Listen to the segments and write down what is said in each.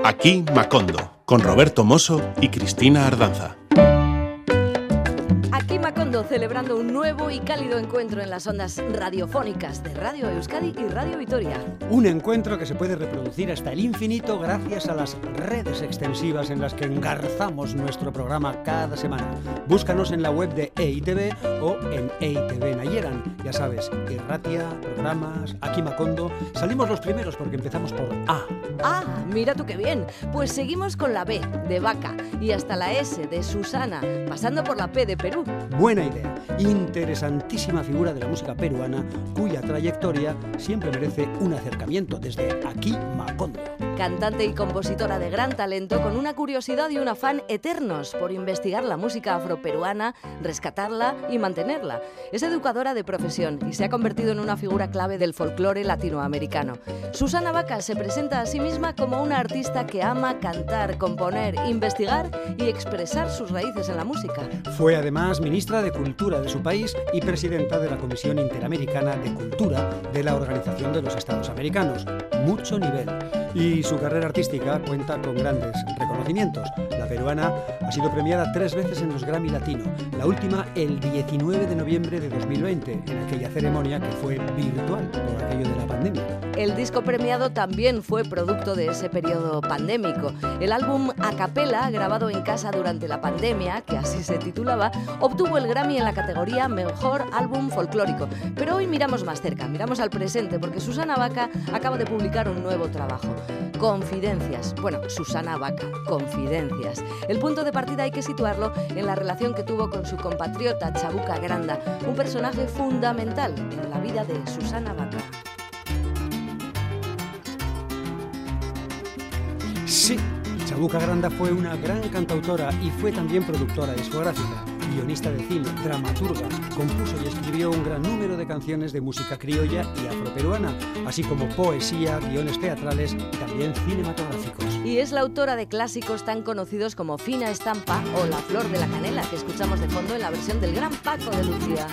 Aquí Macondo, con Roberto Mosso y Cristina Ardanza. Aquí Macondo, celebrando un nuevo y cálido encuentro en las ondas radiofónicas de Radio Euskadi y Radio Vitoria. Un encuentro que se puede reproducir hasta el infinito gracias a las redes extensivas en las que engarzamos nuestro programa cada semana. Búscanos en la web de EITV o en EITV Nayeran. Ya sabes, Irratia, programas, Aquí Macondo. Salimos los primeros porque empezamos por A. Ah, mira tú qué bien. Pues seguimos con la B de vaca y hasta la S de Susana, pasando por la P de Perú. Buena idea. Interesantísima figura de la música peruana cuya trayectoria siempre merece un acercamiento desde Aquí Macondo. Cantante y compositora de gran talento, con una curiosidad y un afán eternos por investigar la música afroperuana, rescatarla y mantenerla. Es educadora de profesión y se ha convertido en una figura clave del folclore latinoamericano. Susana Baca se presenta a sí misma como una artista que ama cantar, componer, investigar y expresar sus raíces en la música. Fue además ministra de Cultura de su país y presidenta de la Comisión Interamericana de Cultura de la Organización de los Estados Americanos. Mucho nivel. Y su carrera artística cuenta con grandes reconocimientos. La peruana ha sido premiada 3 veces en los Grammy Latino, la última el 19 de noviembre de 2020, en aquella ceremonia que fue virtual por aquello de la pandemia. El disco premiado también fue producto de ese periodo pandémico. El álbum A Capella, grabado en casa durante la pandemia, que así se titulaba, obtuvo el Grammy en la categoría Mejor Álbum Folclórico. Pero hoy miramos más cerca, miramos al presente, porque Susana Baca acaba de publicar un nuevo trabajo. Confidencias. Bueno, Susana Baca, Confidencias. El punto de partida hay que situarlo en la relación que tuvo con su compatriota Chabuca Granda, un personaje fundamental en la vida de Susana Baca. Sí, Chabuca Granda fue una gran cantautora y fue también productora discográfica, guionista de cine, dramaturga, compuso y escribió un gran número de canciones de música criolla y afroperuana, así como poesía, guiones teatrales y también cinematográficos. Y es la autora de clásicos tan conocidos como Fina Estampa o La Flor de la Canela, que escuchamos de fondo en la versión del gran Paco de Lucía.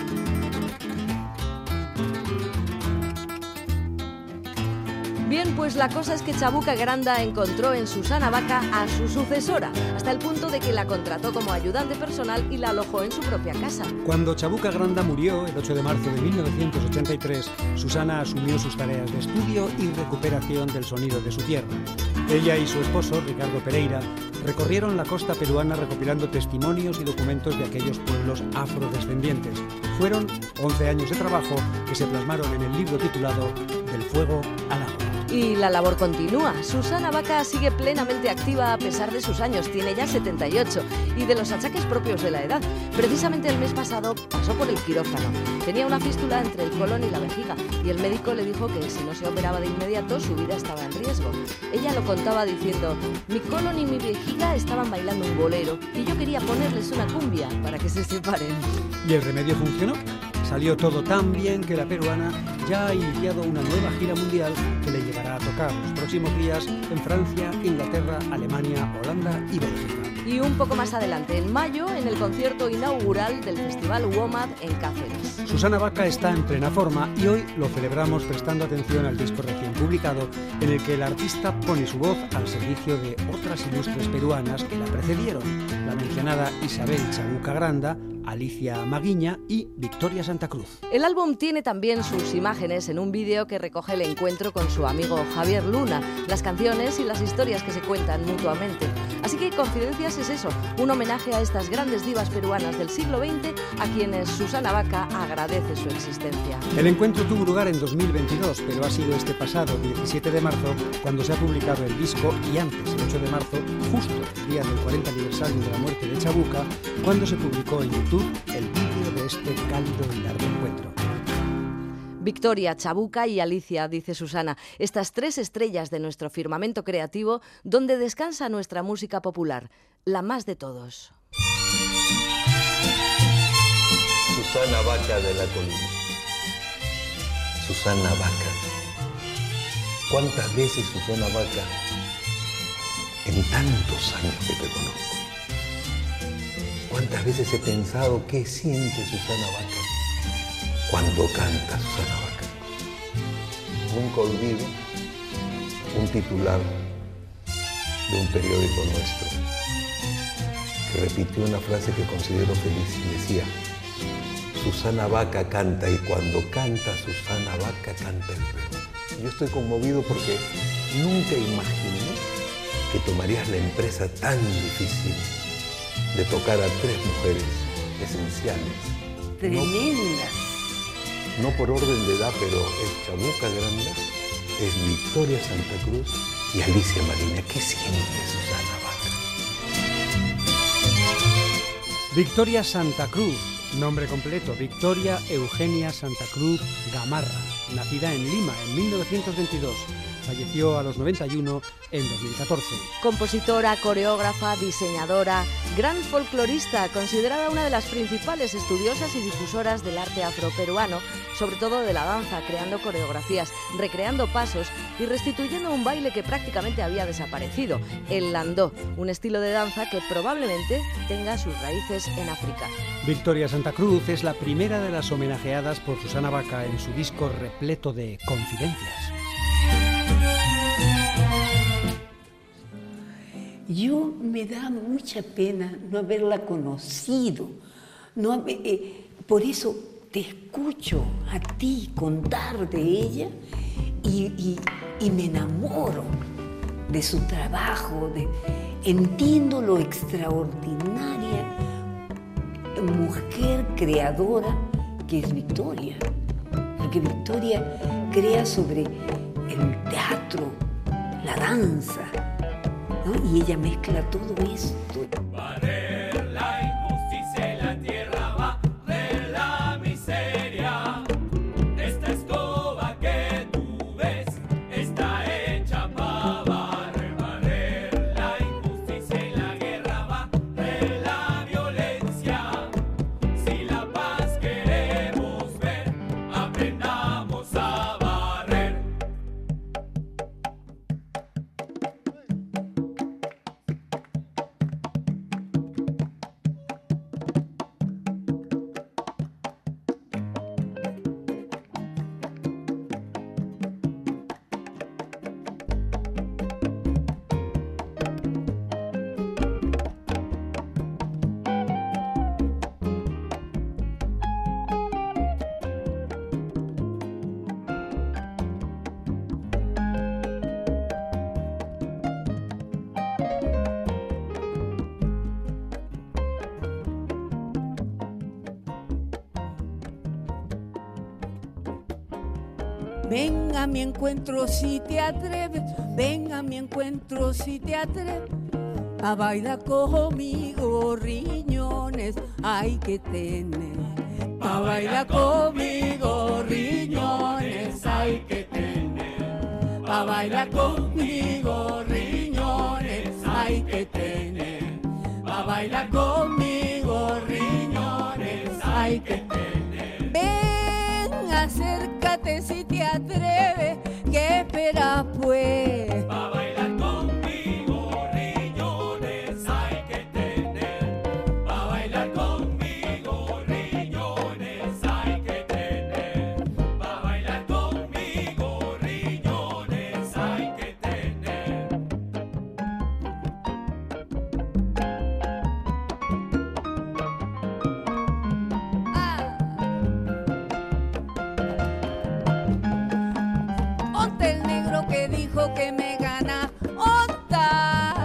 Bien, pues la cosa es que Chabuca Granda encontró en Susana Baca a su sucesora, hasta el punto de que la contrató como ayudante personal y la alojó en su propia casa. Cuando Chabuca Granda murió, el 8 de marzo de 1983, Susana asumió sus tareas de estudio y recuperación del sonido de su tierra. Ella y su esposo, Ricardo Pereira, recorrieron la costa peruana recopilando testimonios y documentos de aquellos pueblos afrodescendientes. Fueron 11 años de trabajo que se plasmaron en el libro titulado Del fuego al agua. Y la labor continúa. Susana Baca sigue plenamente activa a pesar de sus años, tiene ya 78, y de los achaques propios de la edad. Precisamente el mes pasado pasó por el quirófano. Tenía una fístula entre el colon y la vejiga, y el médico le dijo que si no se operaba de inmediato su vida estaba en riesgo. Ella lo contaba diciendo: mi colon y mi vejiga estaban bailando un bolero, y yo quería ponerles una cumbia para que se separen. ¿Y el remedio funcionó? Salió todo tan bien que la peruana ya ha iniciado una nueva gira mundial que le llevará a tocar los próximos días en Francia, Inglaterra, Alemania, Holanda y Bélgica. Y un poco más adelante, en mayo, en el concierto inaugural del Festival WOMAD en Cáceres. Susana Baca está en plena forma y hoy lo celebramos prestando atención al disco recién publicado, en el que el artista pone su voz al servicio de otras ilustres peruanas que la precedieron, la mencionada Isabel Chabuca Granda, Alicia Maguiña y Victoria Santa Cruz. El álbum tiene también sus imágenes en un vídeo que recoge el encuentro con su amigo Javier Luna, las canciones y las historias que se cuentan mutuamente. Así que Confidencias es eso, un homenaje a estas grandes divas peruanas del siglo XX a quienes Susana Baca agradece su existencia. El encuentro tuvo lugar en 2022, pero ha sido este pasado 17 de marzo cuando se ha publicado el disco y antes, el 8 de marzo, justo el día del 40 aniversario de la muerte de Chabuca, cuando se publicó en YouTube el vídeo de este cálido y largo encuentro. Victoria, Chabuca y Alicia, dice Susana, estas 3 estrellas de nuestro firmamento creativo donde descansa nuestra música popular, la más de todos. Susana Baca de la Colina. Susana Baca. ¿Cuántas veces, Susana Baca, en tantos años que te conozco, cuántas veces he pensado qué siente Susana Baca cuando canta Susana Baca? Nunca olvido un titular de un periódico nuestro, que repitió una frase que considero feliz y decía: Susana Baca canta, y cuando canta Susana Baca canta el Perú. Y yo estoy conmovido porque nunca imaginé que tomarías la empresa tan difícil de tocar a 3 mujeres esenciales. Tremendas. No por orden de edad, pero es Chabuca Granda, es Victoria Santa Cruz y Alicia Marina. ¿Qué siente Susana Baca? Victoria Santa Cruz, nombre completo, Victoria Eugenia Santa Cruz Gamarra, nacida en Lima en 1922. Falleció a los 91 en 2014. Compositora, coreógrafa, diseñadora, gran folclorista, considerada una de las principales estudiosas y difusoras del arte afroperuano, sobre todo de la danza, creando coreografías, recreando pasos y restituyendo un baile que prácticamente había desaparecido, el landó, un estilo de danza que probablemente tenga sus raíces en África. Victoria Santa Cruz es la primera de las homenajeadas por Susana Baca en su disco repleto de confidencias. Yo me da mucha pena no haberla conocido, por eso te escucho a ti contar de ella y me enamoro de su trabajo, entiendo lo extraordinaria mujer creadora que es Victoria, porque Victoria crea sobre el teatro, la danza, ¿no? Y ella mezcla todo esto. Barrer la injusticia y la tierra, barrer la miseria. Esta escoba que tú ves está hecha para barrer. Barrer la injusticia y la guerra, barrer la violencia. Si la paz queremos ver, aprendamos a barrer. Ven a mi encuentro si te atreves, ven a mi encuentro si te atreves, a bailar conmigo, riñones hay que tener. A bailar conmigo, riñones hay que tener. A bailar conmigo, riñones hay que tener. A bailar conmigo, riñones hay que tener. Ven, acércate si te atreves, ¿qué esperas pues? Pa' bailar conmigo, riñones hay que tener. Pa' bailar conmigo, riñones hay que tener. Pa' bailar conmigo, riñones hay que tener. Onta el negro que dijo que me gana, onta.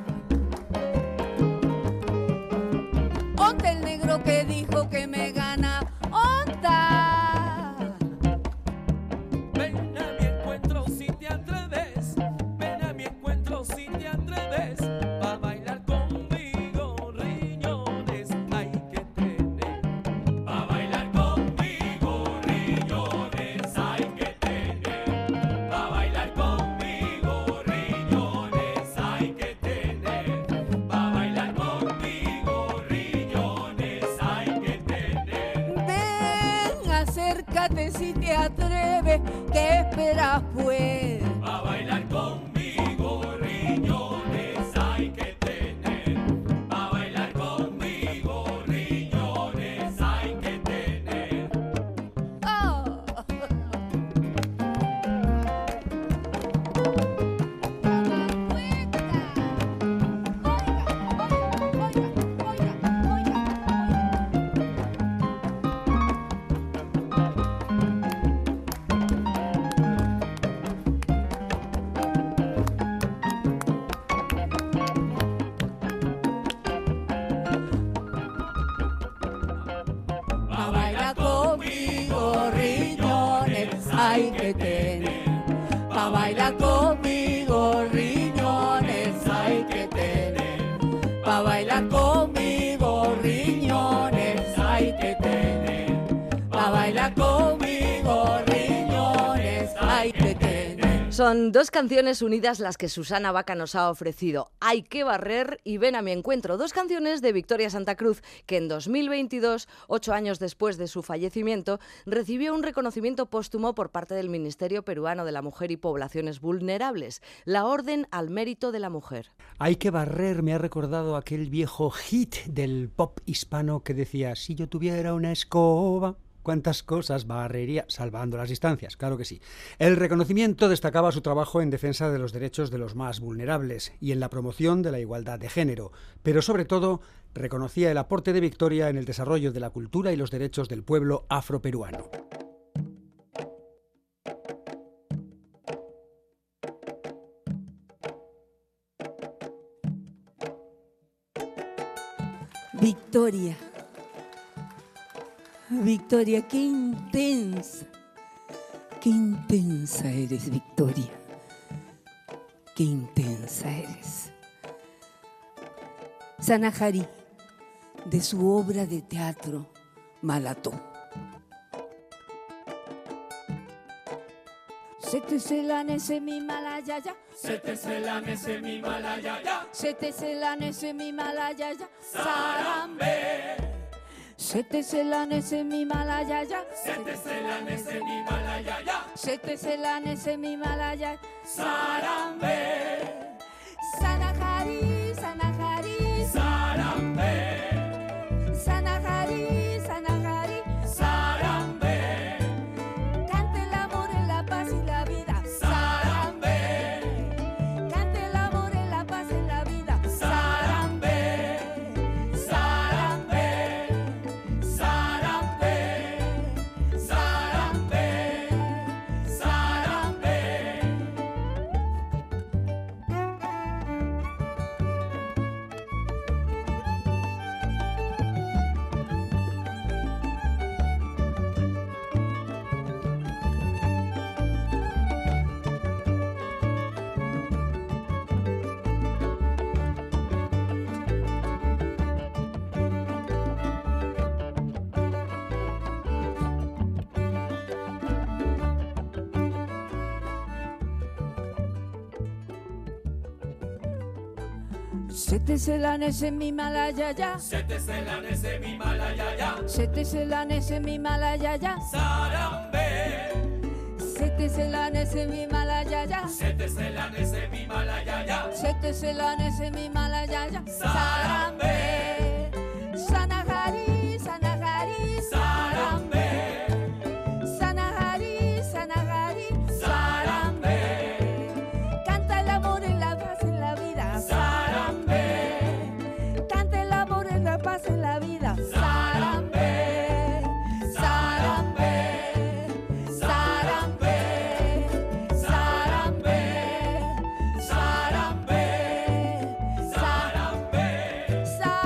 Onta el negro que dijo que me gana, onta. Ven a mi encuentro si te atreves. Ven a mi encuentro si te atreves. Pa' bailar conmigo, riñones hay que tener. Pa' bailar conmigo, riñones hay que tener. Pa' bailar conmigo, riñones hay que tener. Pa' bailar conmigo, riñones hay que tener. Ven, acércate si te atreves, ¿qué esperas pues? Pa' bailar conmigo, riñones hay que tener. Pa' bailar conmigo, riñones hay que tener. Oh. que tener. Pa' bailar conmigo, riñones hay que tener. Pa' bailar conmigo, riñones hay que tener. Pa' bailar conmigo, riñones hay que tener. Son dos canciones unidas las que Susana Baca nos ha ofrecido. Hay que barrer y ven a mi encuentro. Dos canciones de Victoria Santa Cruz que en 2022, 8 años después de su fallecimiento, recibió un reconocimiento póstumo por parte del Ministerio Peruano de la Mujer y Poblaciones Vulnerables, la Orden al Mérito de la Mujer. Hay que barrer me ha recordado aquel viejo hit del pop hispano que decía: si yo tuviera una escoba, ¿cuántas cosas barrería? Salvando las distancias, claro que sí. El reconocimiento destacaba su trabajo en defensa de los derechos de los más vulnerables y en la promoción de la igualdad de género, pero sobre todo reconocía el aporte de Victoria en el desarrollo de la cultura y los derechos del pueblo afroperuano. Victoria. Victoria, qué intensa eres, Victoria, qué intensa eres. Sanahari, de su obra de teatro Malató. Seteselane semi malayaya, Seteselane semi malayaya, seteselane semi malayaya, sarambe. Seteselane semi malayaya, Seteselane semi malayaya, Seteselane semi malayaya, sarambe. Sanahari, Sanahari, Sarambe, Sanahari, Sanahari, Sarambe, cante el amor en la paz y la vida. Sarambe, Cante el amor en la paz en la vida. Sarambe, Sarambe, Sarambe, Sarambe, Sarambe. Seteselane semi malayaya, Seteselane semi malayaya, seteselane semi malayaya, Sarambe, seteselane semi malayaya, Seteselane semi malayaya, seteselane semi malayaya, Sarambe, Sanahari, Sanahari, Sarambe, Sanahari, Sanahari, Sarambe, canta el amor en la paz en la vida. Sarambe, Canta el amor en la paz en la vida. Sarambe, Sarambe, Sarambe, Sarambe, Sarambe, Sarambe,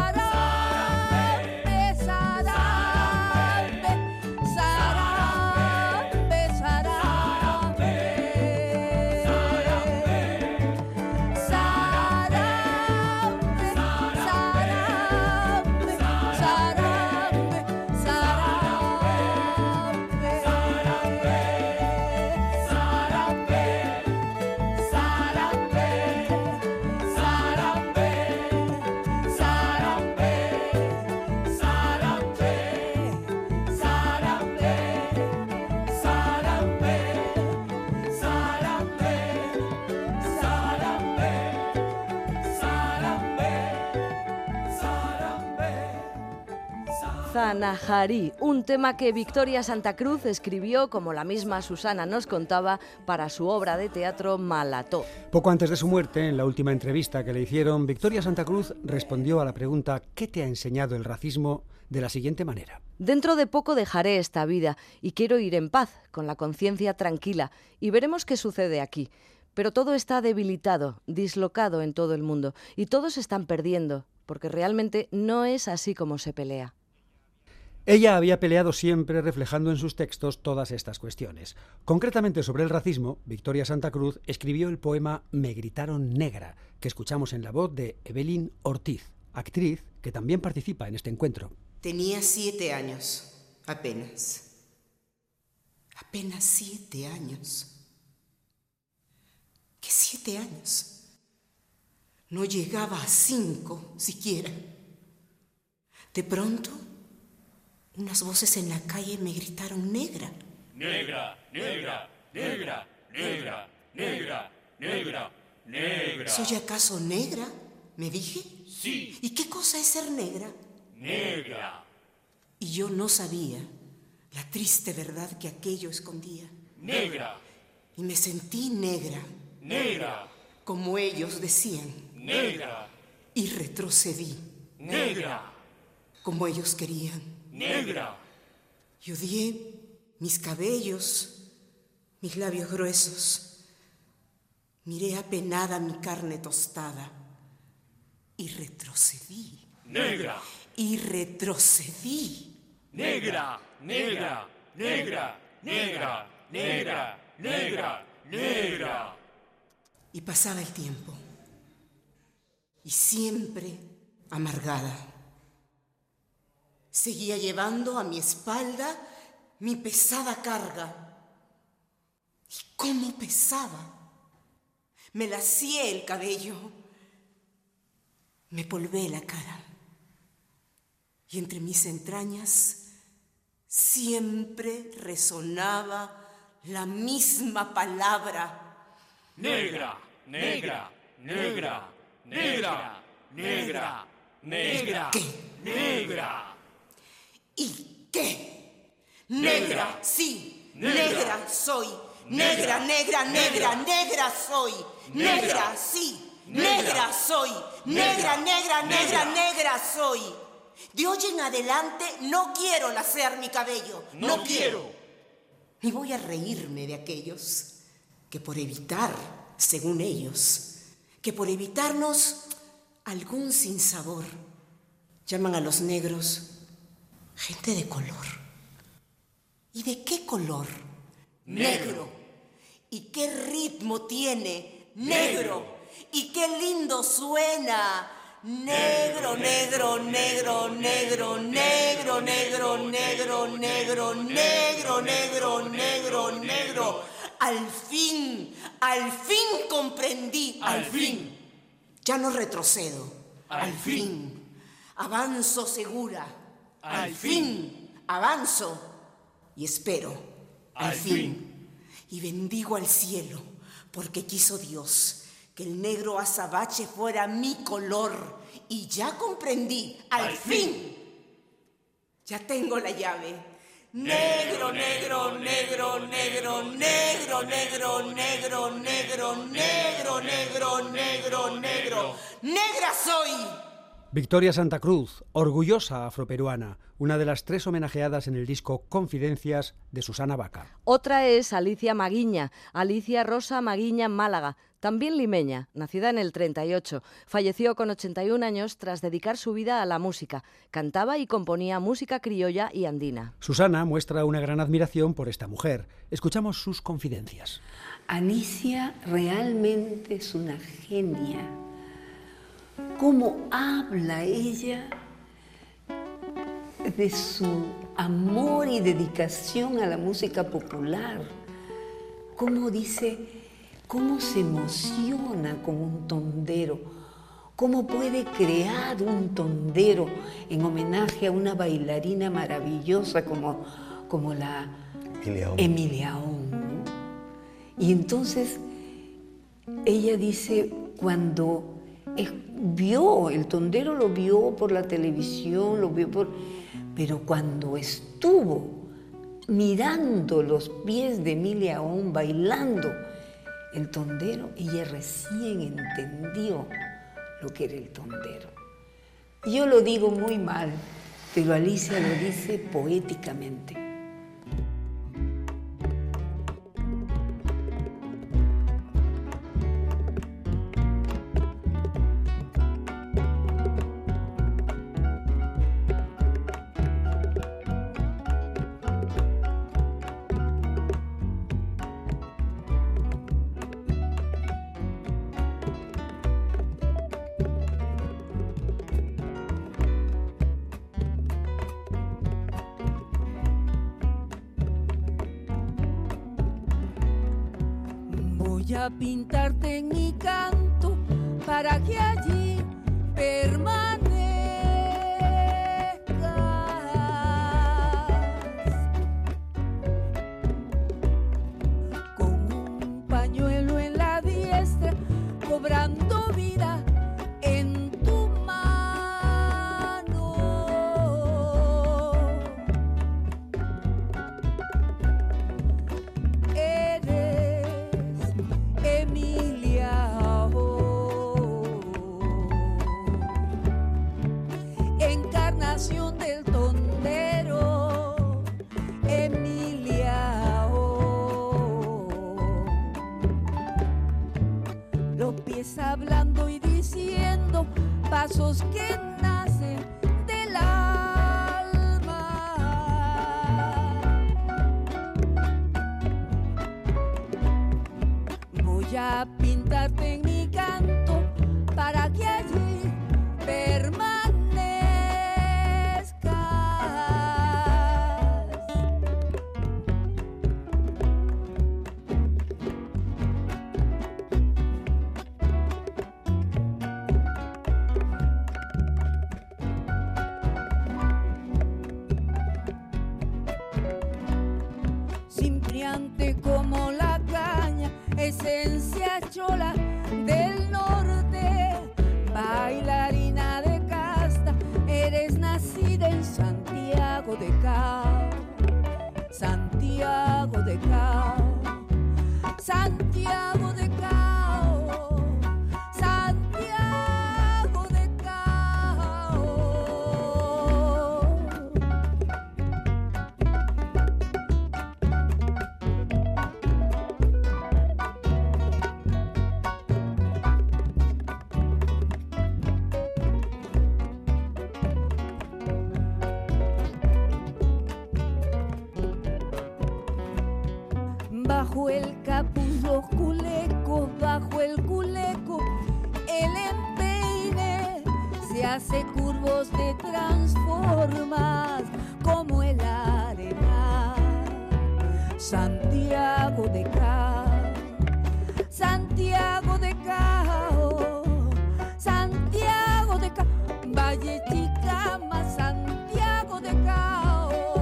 Sanahari, un tema que Victoria Santa Cruz escribió, como la misma Susana nos contaba, para su obra de teatro Malató. Poco antes de su muerte, en la última entrevista que le hicieron, Victoria Santa Cruz respondió a la pregunta ¿qué te ha enseñado el racismo? De la siguiente manera. Dentro de poco dejaré esta vida y quiero ir en paz, con la conciencia tranquila, y veremos qué sucede aquí. Pero todo está debilitado, dislocado en todo el mundo, y todos están perdiendo, porque realmente no es así como se pelea. Ella había peleado siempre reflejando en sus textos todas estas cuestiones. Concretamente sobre el racismo, Victoria Santa Cruz escribió el poema Me gritaron negra, que escuchamos en la voz de Evelyn Ortiz, actriz que también participa en este encuentro. Tenía 7 años, apenas. Apenas 7 años. ¿Qué 7 años? No llegaba a 5 siquiera. De pronto, unas voces en la calle me gritaron negra. Negra, negra, negra, negra, negra, negra, negra. ¿Soy acaso negra? ¿Me dije? Sí. ¿Y qué cosa es ser negra? Negra. Y yo no sabía la triste verdad que aquello escondía. Negra. Y me sentí negra. Negra. Como ellos decían. Negra. Y retrocedí. Negra. Como ellos querían. Negra. Y odié mis cabellos, mis labios gruesos. Miré apenada mi carne tostada. Y retrocedí. Negra. Y retrocedí. Negra, negra, negra, negra, negra, negra, negra. Y pasaba el tiempo. Y siempre amargada. Seguía llevando a mi espalda mi pesada carga. ¿Y cómo pesaba? Me lacié el cabello. Me polvé la cara. Y entre mis entrañas siempre resonaba la misma palabra. Negra, negra, negra, negra, negra, negra. ¿Qué? Negra. ¿Y qué? Negra, sí, negra soy. Negra, negra, negra, negra soy. Negra, sí, negra soy. Negra, negra, negra, negra soy. De hoy en adelante no quiero lacear mi cabello. No quiero. Ni voy a reírme de aquellos que por evitar, según ellos, que por evitarnos algún sinsabor, llaman a los negros gente de color. ¿Y de qué color? Negro. ¿Y qué ritmo tiene? Negro. ¿Y qué lindo suena? Negro, negro, negro, negro, negro, negro, negro, negro, negro, negro, negro, negro. Al fin comprendí. Al fin. Ya no retrocedo. Al fin. Avanzo segura. Al fin. Avanzo y espero. Al fin. Y bendigo al cielo porque quiso Dios que el negro azabache fuera mi color. Y ya comprendí, al fin. Ya tengo la llave. Negro, negro, negro, negro, negro, negro, negro, negro, negro, negro, negro, negro. ¡Negra soy! Victoria Santa Cruz, orgullosa afroperuana, una de las 3 homenajeadas en el disco Confidencias de Susana Baca. Otra es Alicia Maguiña, Alicia Rosa Maguiña Málaga, también limeña, nacida en el 38. Falleció con 81 años tras dedicar su vida a la música. Cantaba y componía música criolla y andina. Susana muestra una gran admiración por esta mujer. Escuchamos sus confidencias. Alicia realmente es una genia. Cómo habla ella de su amor y dedicación a la música popular. Cómo dice, cómo se emociona con un tondero, cómo puede crear un tondero en homenaje a una bailarina maravillosa como la Emilia Ong, ¿no? Y entonces ella dice, cuando vio, el tondero lo vio por la televisión, pero cuando estuvo mirando los pies de Emilia Ong bailando el tondero, ella recién entendió lo que era el tondero. Yo lo digo muy mal, pero Alicia lo dice poéticamente. Voy a pintarte en mi canto para que allí permanezcas. Con un pañuelo en la diestra, cobrando vida en tu mano. Eres Emilia, encarnación del tondero. Emilia, los pies hablando y diciendo pasos que nacen del alma. Voy a pintarte en mi canto para que allí permanezcas. Cimpriante como la caña, esencia chola del norte, bailarina de casta, eres nacida en Santiago de Cao, Santiago de Cao, Santiago de Cao, Santiago de Cao. Bajo el capuz los culecos, bajo el culeco el empeine se hace curvos de transformas como el arenal. Santiago de Cao, Santiago de Cao, Santiago de Cao, Valle Chicama, Santiago de Cao.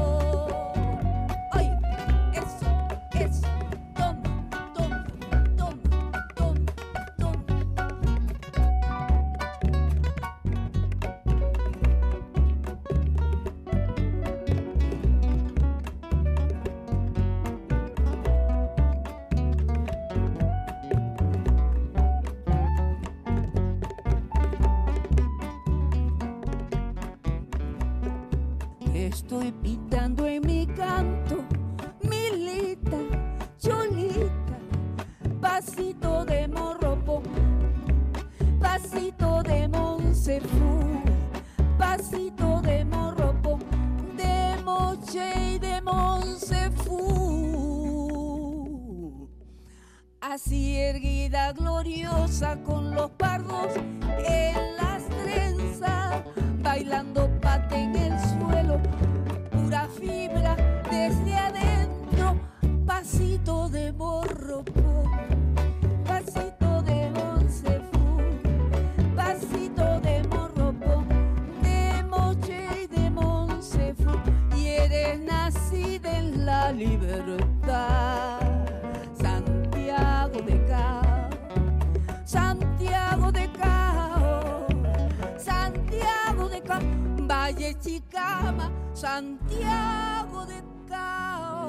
Estoy pintando en mi canto, Milita, Cholita, pasito de morropo, pasito de Monsefú, pasito de morropo, de Moche y de Monsefú. Así erguida, gloriosa, con los pardos en las trenzas, bailando pate en el suelo, pura fibra desde adentro, pasito de morropo, pasito de Monsefú, pasito de morropo, de Moche y de Monsefú, y eres nacida en la libertad. Santiago de Cao, Santiago de Cao, Santiago de Cao, Valle Chicama, Santiago de Cao.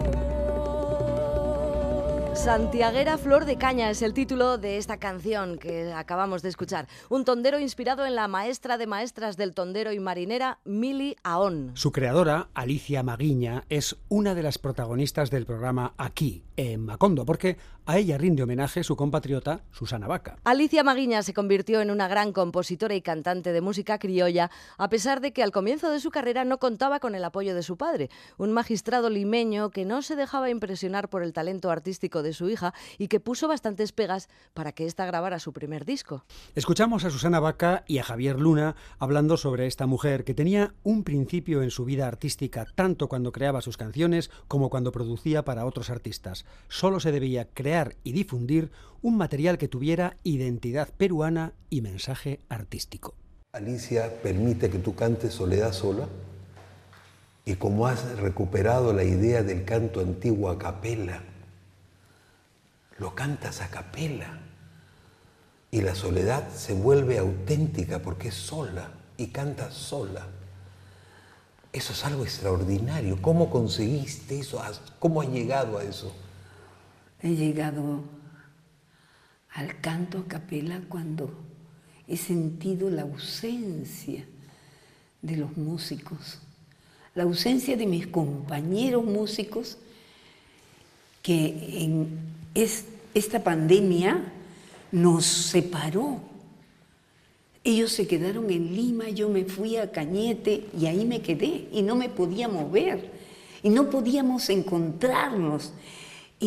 Santiaguera Flor de Caña es el título de esta canción que acabamos de escuchar. Un tondero inspirado en la maestra de maestras del tondero y marinera, Mili Ahón. Su creadora, Alicia Maguiña, es una de las protagonistas del programa Aquí, en Macondo, porque a ella rinde homenaje su compatriota Susana Baca. Alicia Maguiña se convirtió en una gran compositora y cantante de música criolla, a pesar de que al comienzo de su carrera no contaba con el apoyo de su padre, un magistrado limeño que no se dejaba impresionar por el talento artístico de su hija y que puso bastantes pegas para que ésta grabara su primer disco. Escuchamos a Susana Baca y a Javier Luna hablando sobre esta mujer que tenía un principio en su vida artística tanto cuando creaba sus canciones como cuando producía para otros artistas. más. Solo se debía crear y difundir un material que tuviera identidad peruana y mensaje artístico. Alicia permite que tú cantes Soledad sola, y como has recuperado la idea del canto antiguo a capela, lo cantas a capela y la soledad se vuelve auténtica porque es sola y cantas sola. Eso es algo extraordinario. ¿Cómo conseguiste eso? ¿Cómo has llegado a eso? He llegado al canto a capela cuando he sentido la ausencia de los músicos, la ausencia de mis compañeros músicos, que en esta pandemia nos separó. Ellos se quedaron en Lima, yo me fui a Cañete y ahí me quedé y no me podía mover y no podíamos encontrarnos. Y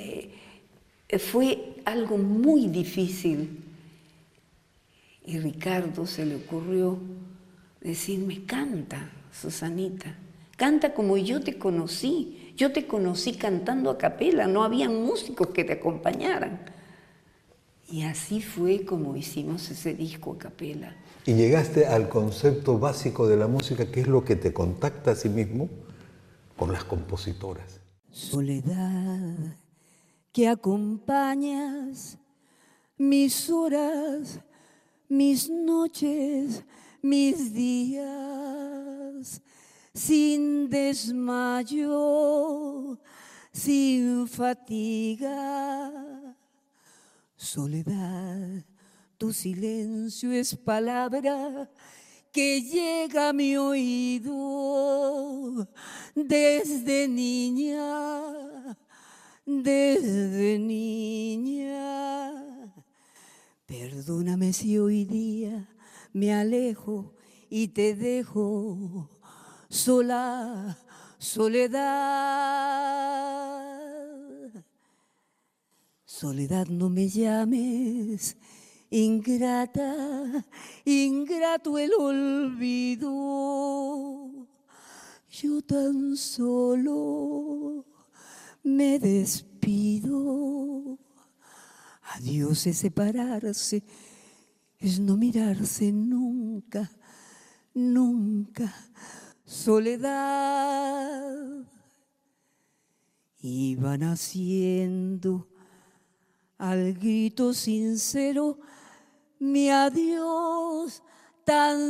fue algo muy difícil. Y Ricardo se le ocurrió decirme: canta, Susanita, canta como yo te conocí. Yo te conocí cantando a capela, no habían músicos que te acompañaran. Y así fue como hicimos ese disco a capela. Y llegaste al concepto básico de la música, que es lo que te contacta a sí mismo con las compositoras. Soledad, que acompañas mis horas, mis noches, mis días, sin desmayo, sin fatiga. Soledad, tu silencio es palabra que llega a mi oído desde niña, desde niña. Perdóname si hoy día me alejo y te dejo sola, soledad. Soledad, no me llames ingrata, ingrato el olvido. Yo tan solo me despido. Adiós es separarse, es no mirarse nunca, nunca. Soledad. Iban haciendo al grito sincero mi adiós tan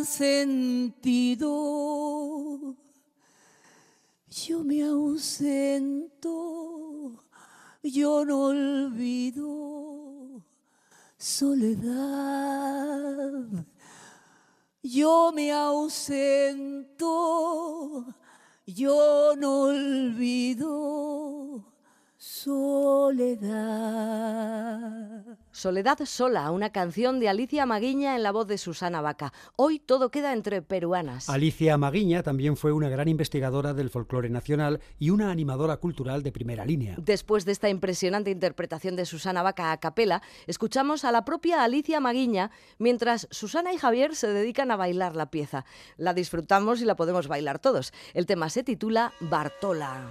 sentido. Yo me ausento, yo no olvido. Soledad, yo me ausento, yo no olvido. Soledad. Soledad sola, una canción de Alicia Maguiña en la voz de Susana Baca. Hoy todo queda entre peruanas. Alicia Maguiña también fue una gran investigadora del folclore nacional y una animadora cultural de primera línea. Después de esta impresionante interpretación de Susana Baca a capela, escuchamos a la propia Alicia Maguiña mientras Susana y Javier se dedican a bailar la pieza. La disfrutamos y la podemos bailar todos. El tema se titula Bartola.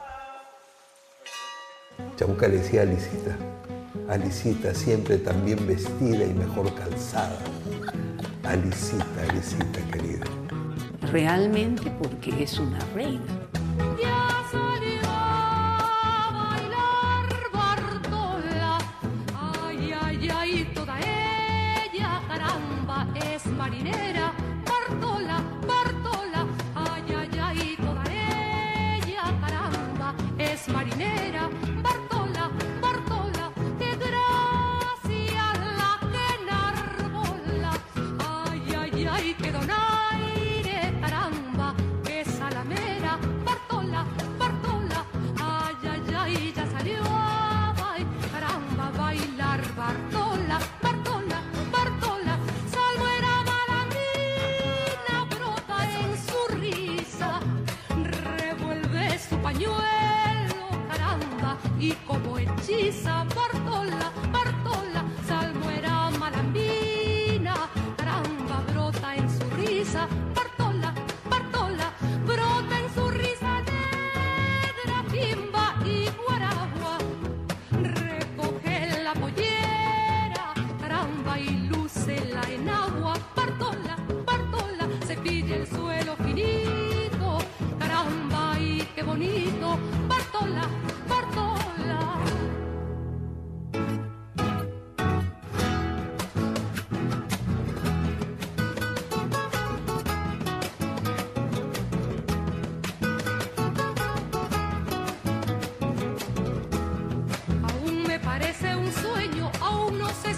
Chabuca le decía a Alicita, Alicita, siempre tan bien vestida y mejor calzada. Alicita, Alicita querida. Realmente porque es una reina. Ya salió a bailar Bartola. Ay, ay, ay, toda ella, caramba, es marinera. Bartola, Bartola. Ay, ay, ay, toda ella, caramba, es marinera. Bartola, Bartola, qué gracia la que enarbola. Ay, ay, ay, qué donaire, caramba, qué salamera. Bartola,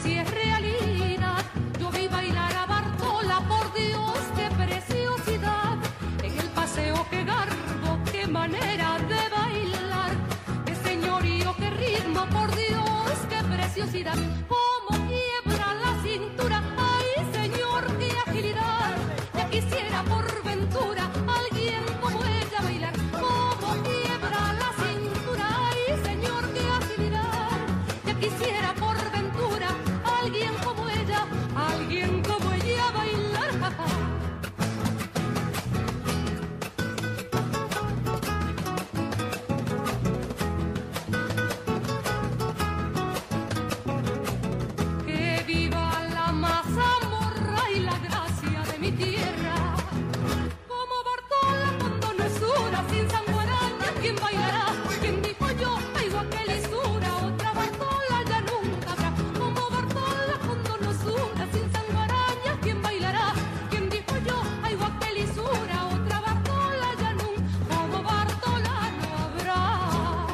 si es realidad. Yo vi bailar a Bartola, por Dios, qué preciosidad. En el paseo, qué garbo, qué manera de bailar. Qué señorío, qué ritmo, por Dios, qué preciosidad. Cómo quiebra la cintura, ay señor, qué agilidad. Ya quisiera por ventura alguien como ella bailar. Cómo quiebra la cintura, ay señor, qué agilidad. Ya quisiera por ventura alguien como ella bailar. Que viva la mazamorra y la gracia de mi tierra. Como Bartola con donosura, sin sanguaraña, ¿quién bailará? ¿Quién dijo yo? Hay guaquelisura, otra Bartola ya nunca habrá. Como Bartola con donosura, sin sanguaraña, ¿quién bailará? ¿Quién dijo yo? Hay guaquelisura, otra Bartola ya nunca, como Bartola no habrá.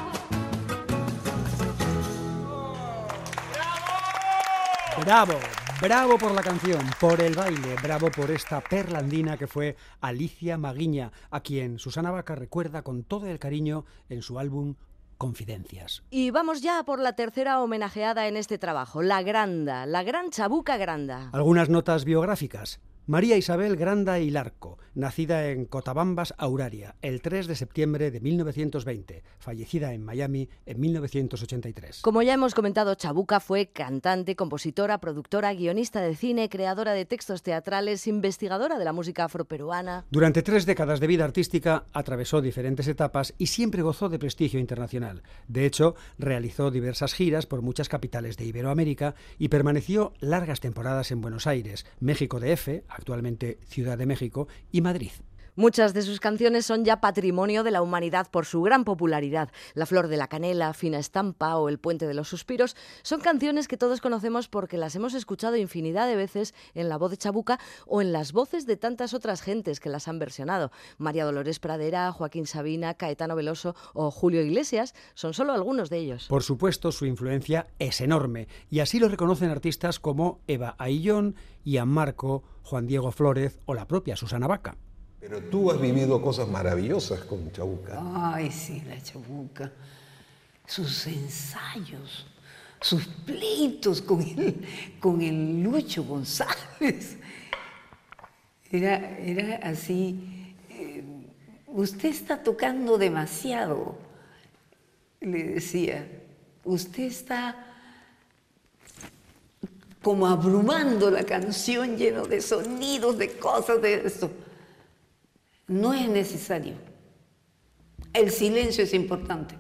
Bravo, bravo por la canción, por el baile, bravo por esta perla andina que fue Alicia Maguiña, a quien Susana Baca recuerda con todo el cariño en su álbum Confidencias. Y vamos ya por la tercera homenajeada en este trabajo, la Granda, la gran Chabuca Granda. Algunas notas biográficas. María Isabel Granda y Larco, nacida en Cotabambas, Auraria, el 3 de septiembre de 1920, fallecida en Miami en 1983. Como ya hemos comentado, Chabuca fue cantante, compositora, productora, guionista de cine, creadora de textos teatrales, investigadora de la música afroperuana. Durante 3 décadas de vida artística atravesó diferentes etapas y siempre gozó de prestigio internacional. De hecho, realizó diversas giras por muchas capitales de Iberoamérica y permaneció largas temporadas en Buenos Aires, México DF, actualmente Ciudad de México, y Madrid. Muchas de sus canciones son ya patrimonio de la humanidad por su gran popularidad. La flor de la canela, Fina estampa o El puente de los suspiros son canciones que todos conocemos porque las hemos escuchado infinidad de veces en la voz de Chabuca o en las voces de tantas otras gentes que las han versionado. María Dolores Pradera, Joaquín Sabina, Caetano Veloso o Julio Iglesias son solo algunos de ellos. Por supuesto, su influencia es enorme y así lo reconocen artistas como Eva Aillón, Ian Marco, Juan Diego Flórez o la propia Susana Baca. Pero tú has vivido cosas maravillosas con Chabuca. Ay, sí, la Chabuca. Sus ensayos, sus pleitos con el Lucho González. Era así. Usted está tocando demasiado, le decía. Usted está como abrumando la canción, lleno de sonidos, de cosas, de esto. No es necesario. El silencio es importante.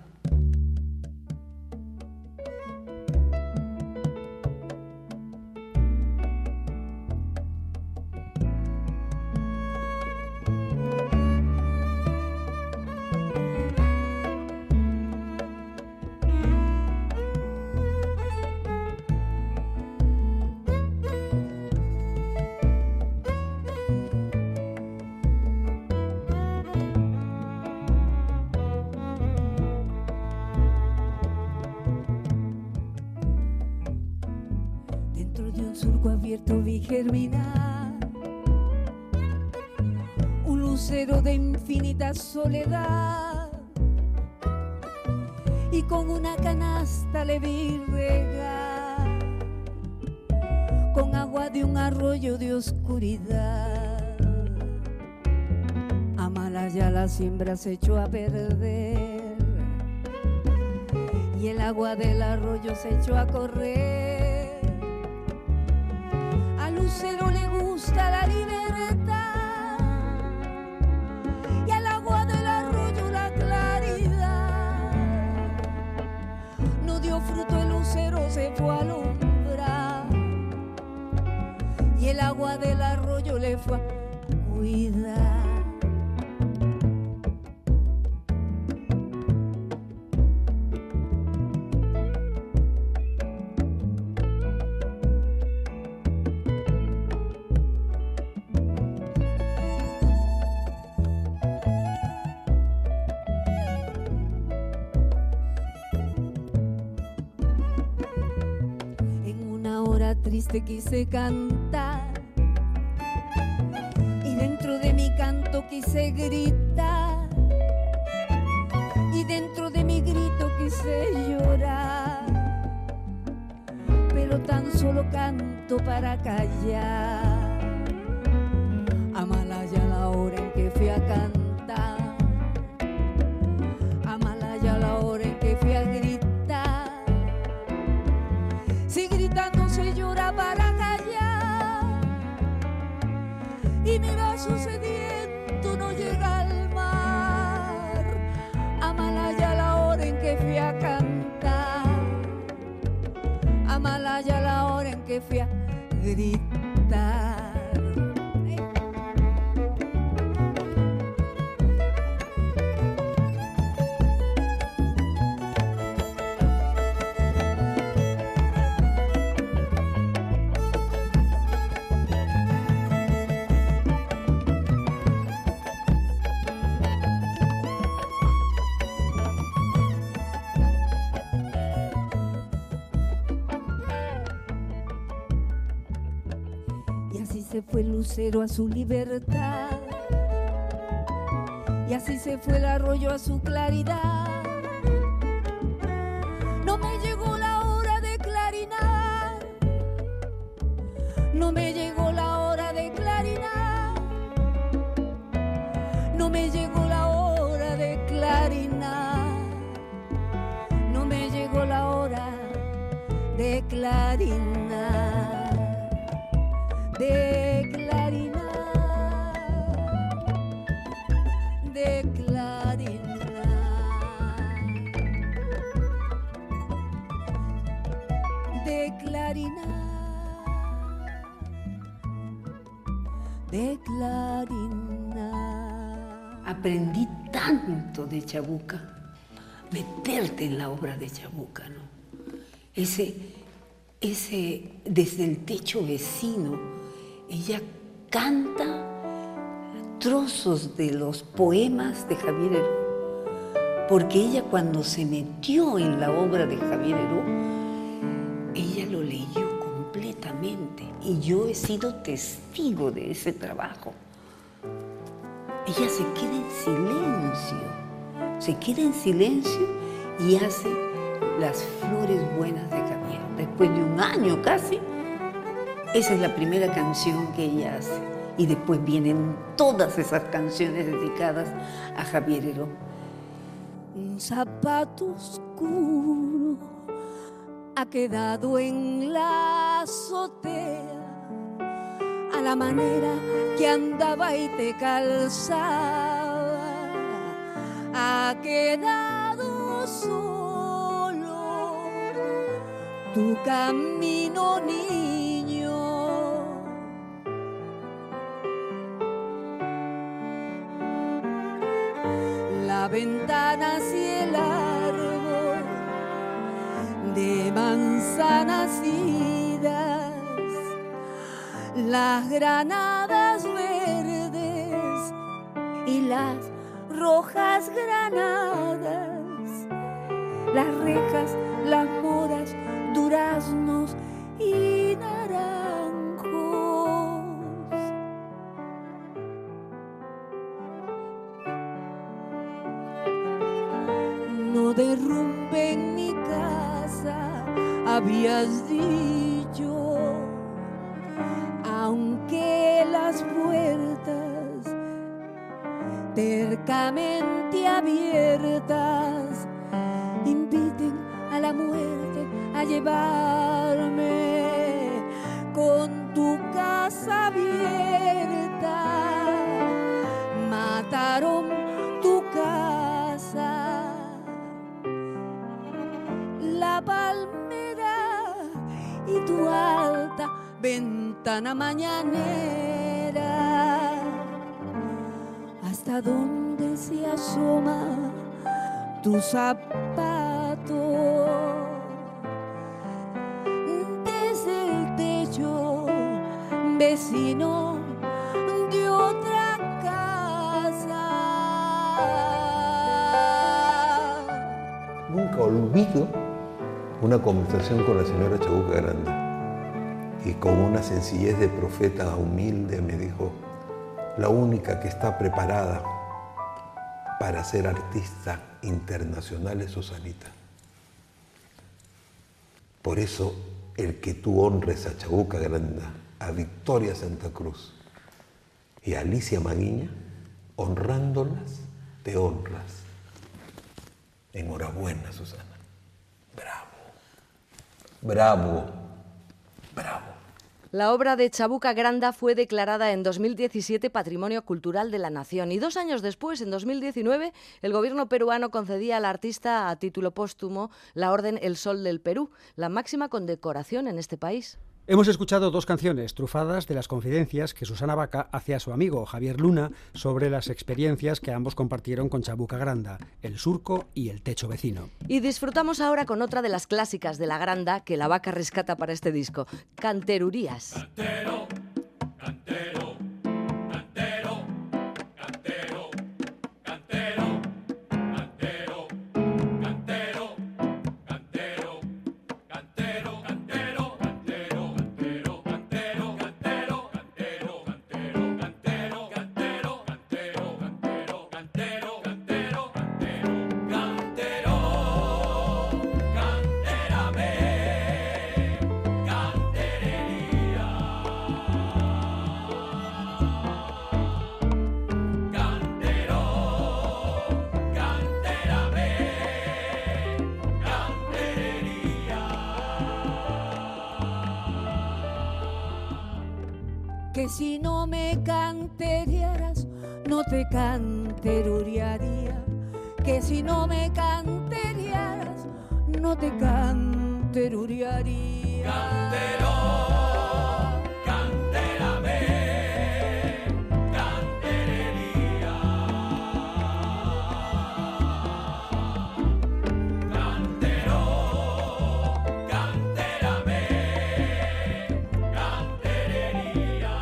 Vi germinar un lucero de infinita soledad y con una canasta le vi regar con agua de un arroyo de oscuridad. A malas ya la siembra se echó a perder y el agua del arroyo se echó a correr. Lucero le gusta la libertad y al agua del arroyo la claridad. No dio fruto el lucero, se fue a alumbrar y el agua del arroyo le fue a cuidar. triste quise cantar y dentro de mi canto quise gritar y dentro de mi grito quise llorar, pero tan solo canto para callar. Amalaya la hora en que fui a cantar, amalaya la hora en que fui a gritar. Si gritando se llora para callar y mi vaso sediento no llega al mar. Amalaya la hora en que fui a cantar, amalaya la hora en que fui a gritar. Se fue el lucero a su libertad y así se fue el arroyo a su claridad. No me llegó la hora de clarinar, no me llegó la hora de clarinar, no me llegó la hora de clarinar, no me llegó la hora de clarinar. De clarinar, de clarinar, de clarinar, de clarinar. Aprendí tanto de Chabuca, meterte en la obra de Chabuca, ¿no? Ese desde el techo vecino. Ella canta trozos de los poemas de Javier Heró, porque ella cuando se metió en la obra de Javier Heró, ella lo leyó completamente y yo he sido testigo de ese trabajo. Ella se queda en silencio y hace Las flores buenas de Javier. Después de un año casi, esa es la primera canción que ella hace. Y después vienen todas esas canciones dedicadas a Javier Heró. Un zapato oscuro ha quedado en la azotea, a la manera que andaba y te calzaba. Ha quedado solo tu camino, niño. La ventana y el árbol de manzanas idas, las granadas verdes y las rojas granadas, las rejas, las moras, duraznos y naranjos. No derrumben mi casa, habías dicho, aunque las puertas tercamente abiertas inviten a la muerte a llevarme. Con tu casa abierta mataron tu casa, la palmera y tu alta ventana mañanera. ¿Hasta dónde se asoma tu zapato? Desde el techo vecino de otra casa. Nunca olvido una conversación con la señora Chabuca Granda. y con una sencillez de profeta humilde me dijo: la única que está preparada para ser artista internacional es Susanita. Por eso, el que tú honres a Chabuca Granda, a Victoria Santa Cruz y a Alicia Maguiña, honrándolas, te honras. Enhorabuena, Susana. Bravo, bravo, bravo. La obra de Chabuca Granda fue declarada en 2017 Patrimonio Cultural de la Nación y 2 años después, en 2019, el gobierno peruano concedía al artista a título póstumo la Orden El Sol del Perú, la máxima condecoración en este país. Hemos escuchado 2 canciones trufadas de las confidencias que Susana Baca hacía a su amigo Javier Luna sobre las experiencias que ambos compartieron con Chabuca Granda, el surco y el techo vecino. Y disfrutamos ahora con otra de las clásicas de la Granda que la Baca rescata para este disco, Canterurías. Cantero, cantero, cantero, cantero, cantero, cantero, cantero, cantero, cantero, cantero. Que si no me canterearas, no te canterurearía. Que si no me canterearas, no te canterurearía. Cantero, cantérame, canterería. Cantero, cantérame, canterería.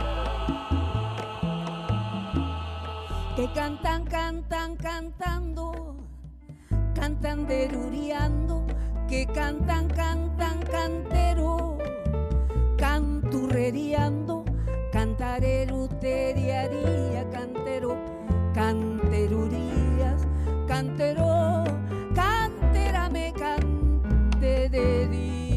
Que cantan, cantan, cantando, cantan deruriando, que cantan, cantan, cantero, canturreriando, cantareruteriaría, cantero, canterurías, cantero, cantérame, canterería.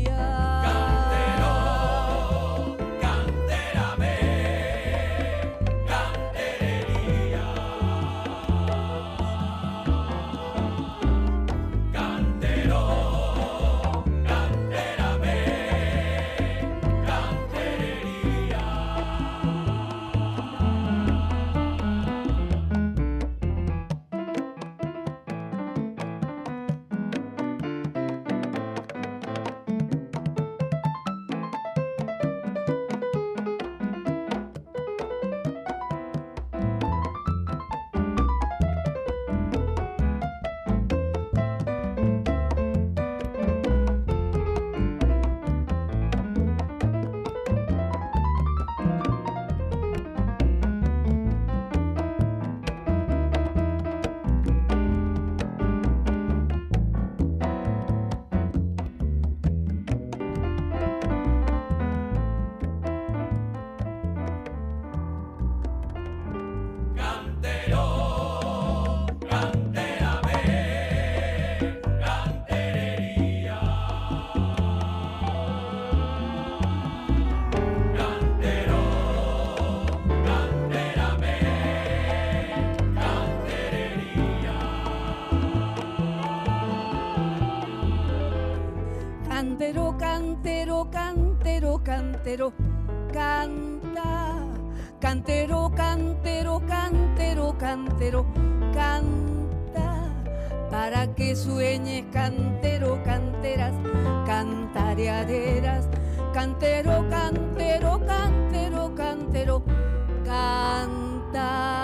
Cantero, cantero, cantero, cantero, canta. Cantero, cantero, cantero, cantero, canta. Para que sueñes, cantero, canteras, cantareaderas. Cantero, cantero, cantero, cantero, canta.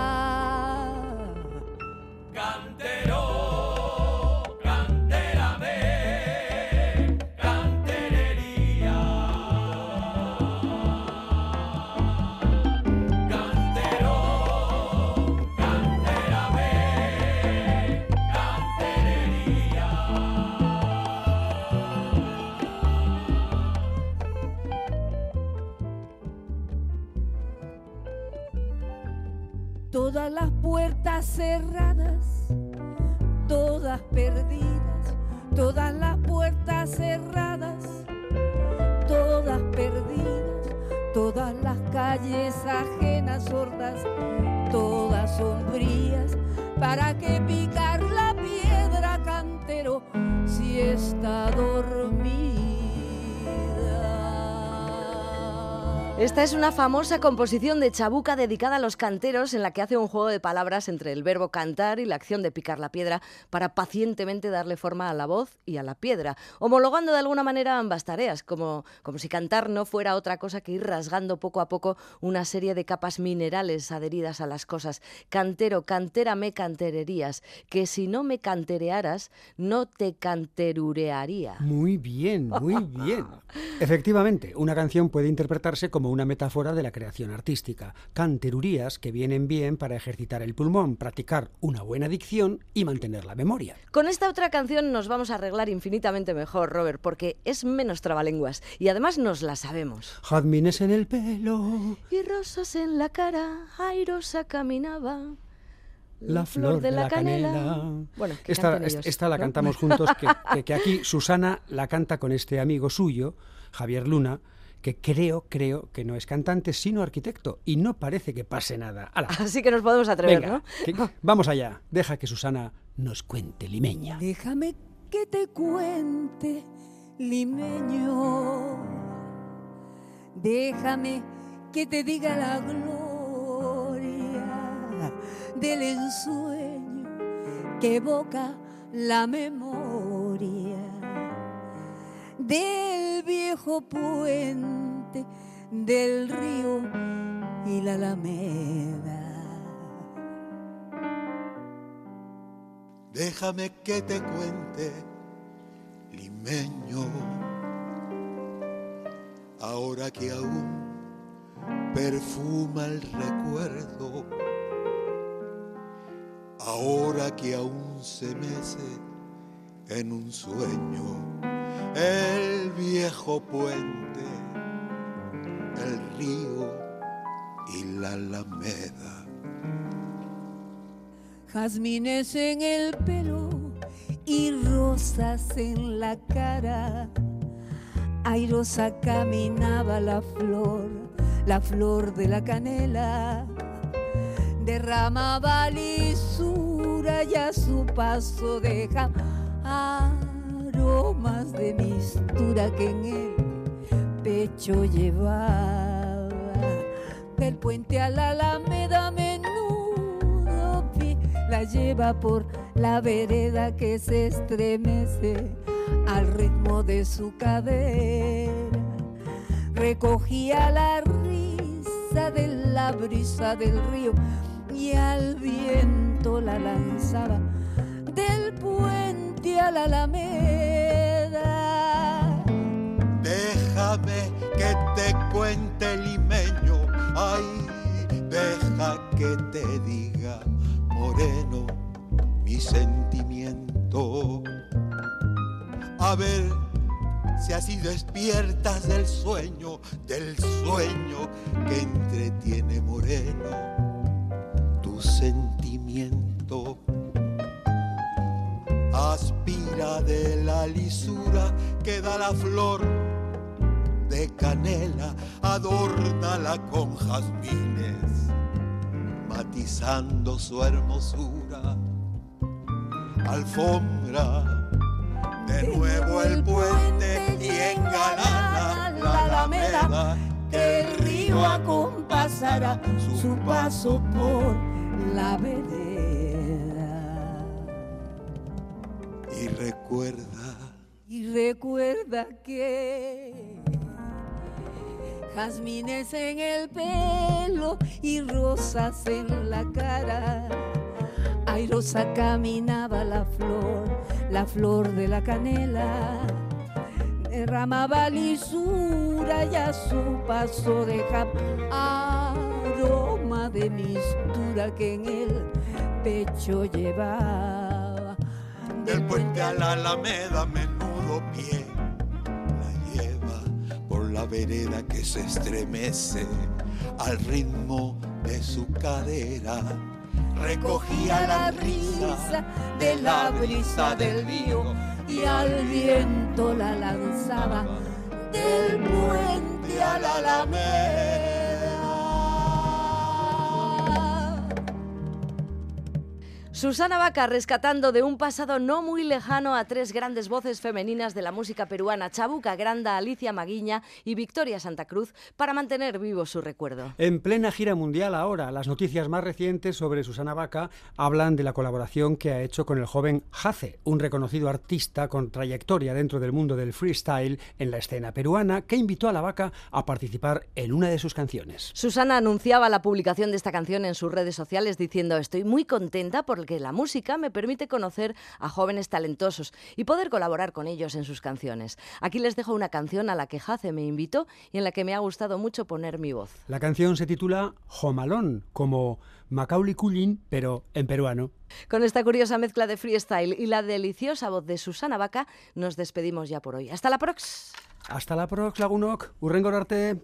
Cantero. todas las puertas cerradas, todas perdidas, todas las puertas cerradas, todas perdidas, todas las calles ajenas sordas, todas sombrías. ¿Para qué picar la piedra, cantero, si está dormida? Esta es una famosa composición de Chabuca dedicada a los canteros, en la que hace un juego de palabras entre el verbo cantar y la acción de picar la piedra para pacientemente darle forma a la voz y a la piedra, homologando de alguna manera ambas tareas, como si cantar no fuera otra cosa que ir rasgando poco a poco una serie de capas minerales adheridas a las cosas. Cantero, cantera me cantererías, que si no me canterearas, no te canterurearía. Muy bien, muy bien. Efectivamente, una canción puede interpretarse como una metáfora de la creación artística. Canterurías que vienen bien para ejercitar el pulmón, practicar una buena dicción y mantener la memoria. Con esta otra canción nos vamos a arreglar infinitamente mejor, Robert, porque es menos trabalenguas y además nos la sabemos. Jazmines en el pelo y rosas en la cara, airosa caminaba la flor de la canela. Bueno, esta la cantamos juntos, que aquí Susana la canta con este amigo suyo, Javier Luna, que creo que no es cantante, sino arquitecto, y no parece que pase nada. ¡Hala! Así que nos podemos atrever, venga, ¿no? Vamos allá, deja que Susana nos cuente, limeña. Déjame que te cuente, limeño, déjame que te diga la gloria del ensueño que evoca la memoria del viejo puente, del río y la alameda. Déjame que te cuente, limeño, ahora que aún perfuma el recuerdo, ahora que aún se mece en un sueño el viejo puente, el río y la alameda. Jazmines en el pelo y rosas en la cara, airosa caminaba la flor de la canela, derramaba lisura y a su paso deja aromas de mistura que en el pecho llevaba. Del puente a la alameda menudo pie la lleva por la vereda que se estremece al ritmo de su cadera. Recogía la risa de la brisa del río y al viento la lanzaba del puente a la alameda. Déjame que te cuente, limeño, ay, deja que te diga, moreno, mi sentimiento. A ver si así despiertas del sueño que entretiene, moreno, tu sentimiento. Aspira de la lisura que da la flor de canela, adórnala con jazmines, matizando su hermosura. Alfombra de nuevo el puente y engalana la alameda, que el río acompasará su paso por la vereda. Y recuerda que jazmines en el pelo y rosas en la cara, airosa caminaba la flor de la canela, derramaba lisura y a su paso dejaba aroma de mistura que en el pecho llevaba. Del puente a la alameda menudo pie la lleva por la vereda que se estremece al ritmo de su cadera. Recogía la risa de la brisa del río y al viento la lanzaba del puente a la alameda. Susana Baca rescatando de un pasado no muy lejano a tres grandes voces femeninas de la música peruana, Chabuca Granda, Alicia Maguiña y Victoria Santa Cruz, para mantener vivo su recuerdo. En plena gira mundial ahora, las noticias más recientes sobre Susana Baca hablan de la colaboración que ha hecho con el joven Jace, un reconocido artista con trayectoria dentro del mundo del freestyle en la escena peruana, que invitó a la Baca a participar en una de sus canciones. Susana anunciaba la publicación de esta canción en sus redes sociales diciendo: estoy muy contenta porque la música me permite conocer a jóvenes talentosos y poder colaborar con ellos en sus canciones. Aquí les dejo una canción a la que Jace me invitó y en la que me ha gustado mucho poner mi voz. La canción se titula Jomalón, como Macaulay Culkin, pero en peruano. Con esta curiosa mezcla de freestyle y la deliciosa voz de Susana Baca, nos despedimos ya por hoy. ¡Hasta la prox! Hasta la prox, Lagunok. Hurrengor arte.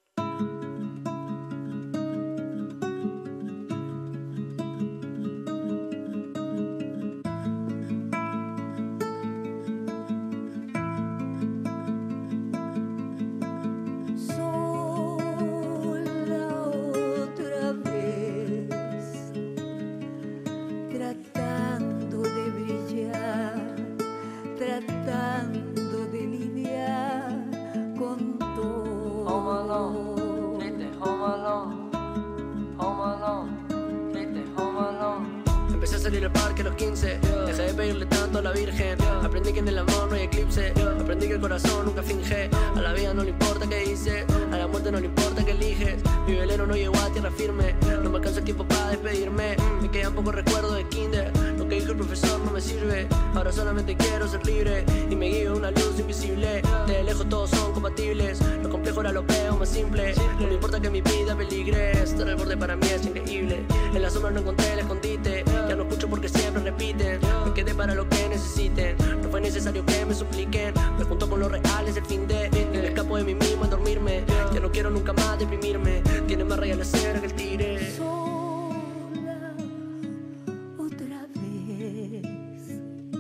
Empecé a salir al parque a los 15, dejé de pedirle tanto a la Virgen. Aprendí que en el amor no hay eclipse, aprendí que el corazón nunca finge. A la vida no le importa qué hice, a la muerte no le importa qué eliges. Mi velero no llegó a tierra firme, no me alcanza el tiempo para despedirme. Me quedan pocos recuerdos de kinder, lo que dijo el profesor no me sirve. Ahora solamente quiero ser libre y me guío una luz invisible. De lejos todos son compatibles, lo complejo ahora lo veo más simple. No me importa que mi vida peligre, estar al borde para mí es increíble. En la sombra no encontré el escondite, ya no escucho porque siempre repiten. Me quedé para lo que necesiten, no fue necesario que me supliquen. Me junto con los reales el fin de, y me escapo de mí mismo a dormirme. Ya no quiero nunca más deprimirme, tiene más raya la cera que el tire. Sola otra vez,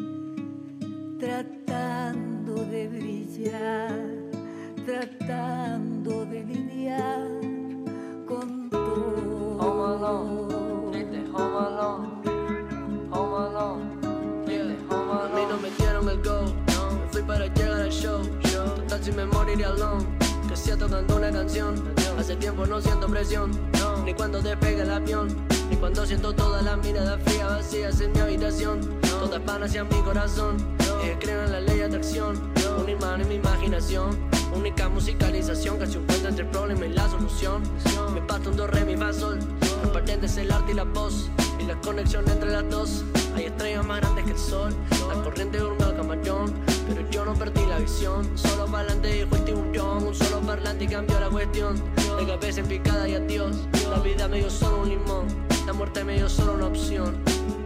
tratando de brillar, tratando de lidiar con todo. Home alone, viste, home alone. A mí no me dieron el go, me fui para llegar al show. Total si me moriré alone, que sea tocando una canción. Hace tiempo no siento presión, ni cuando despega el avión, ni cuando siento todas las miradas frías vacías en mi habitación. Todas van hacia mi corazón, creo en la ley de atracción. Un imán en mi imaginación, única musicalización, casi un puente entre el problema y la solución. Me basta un do, re, mi, fa, sol, el patente es el arte y la voz, y la conexión entre las dos. Hay estrellas más grandes que el sol, la corriente durmió al camaleón, pero yo no perdí la visión. Solo para adelante dijo el tiburón, un solo parlante y cambió la cuestión. De cabeza en picada y adiós, la vida me dio solo un limón, la muerte me dio solo una opción.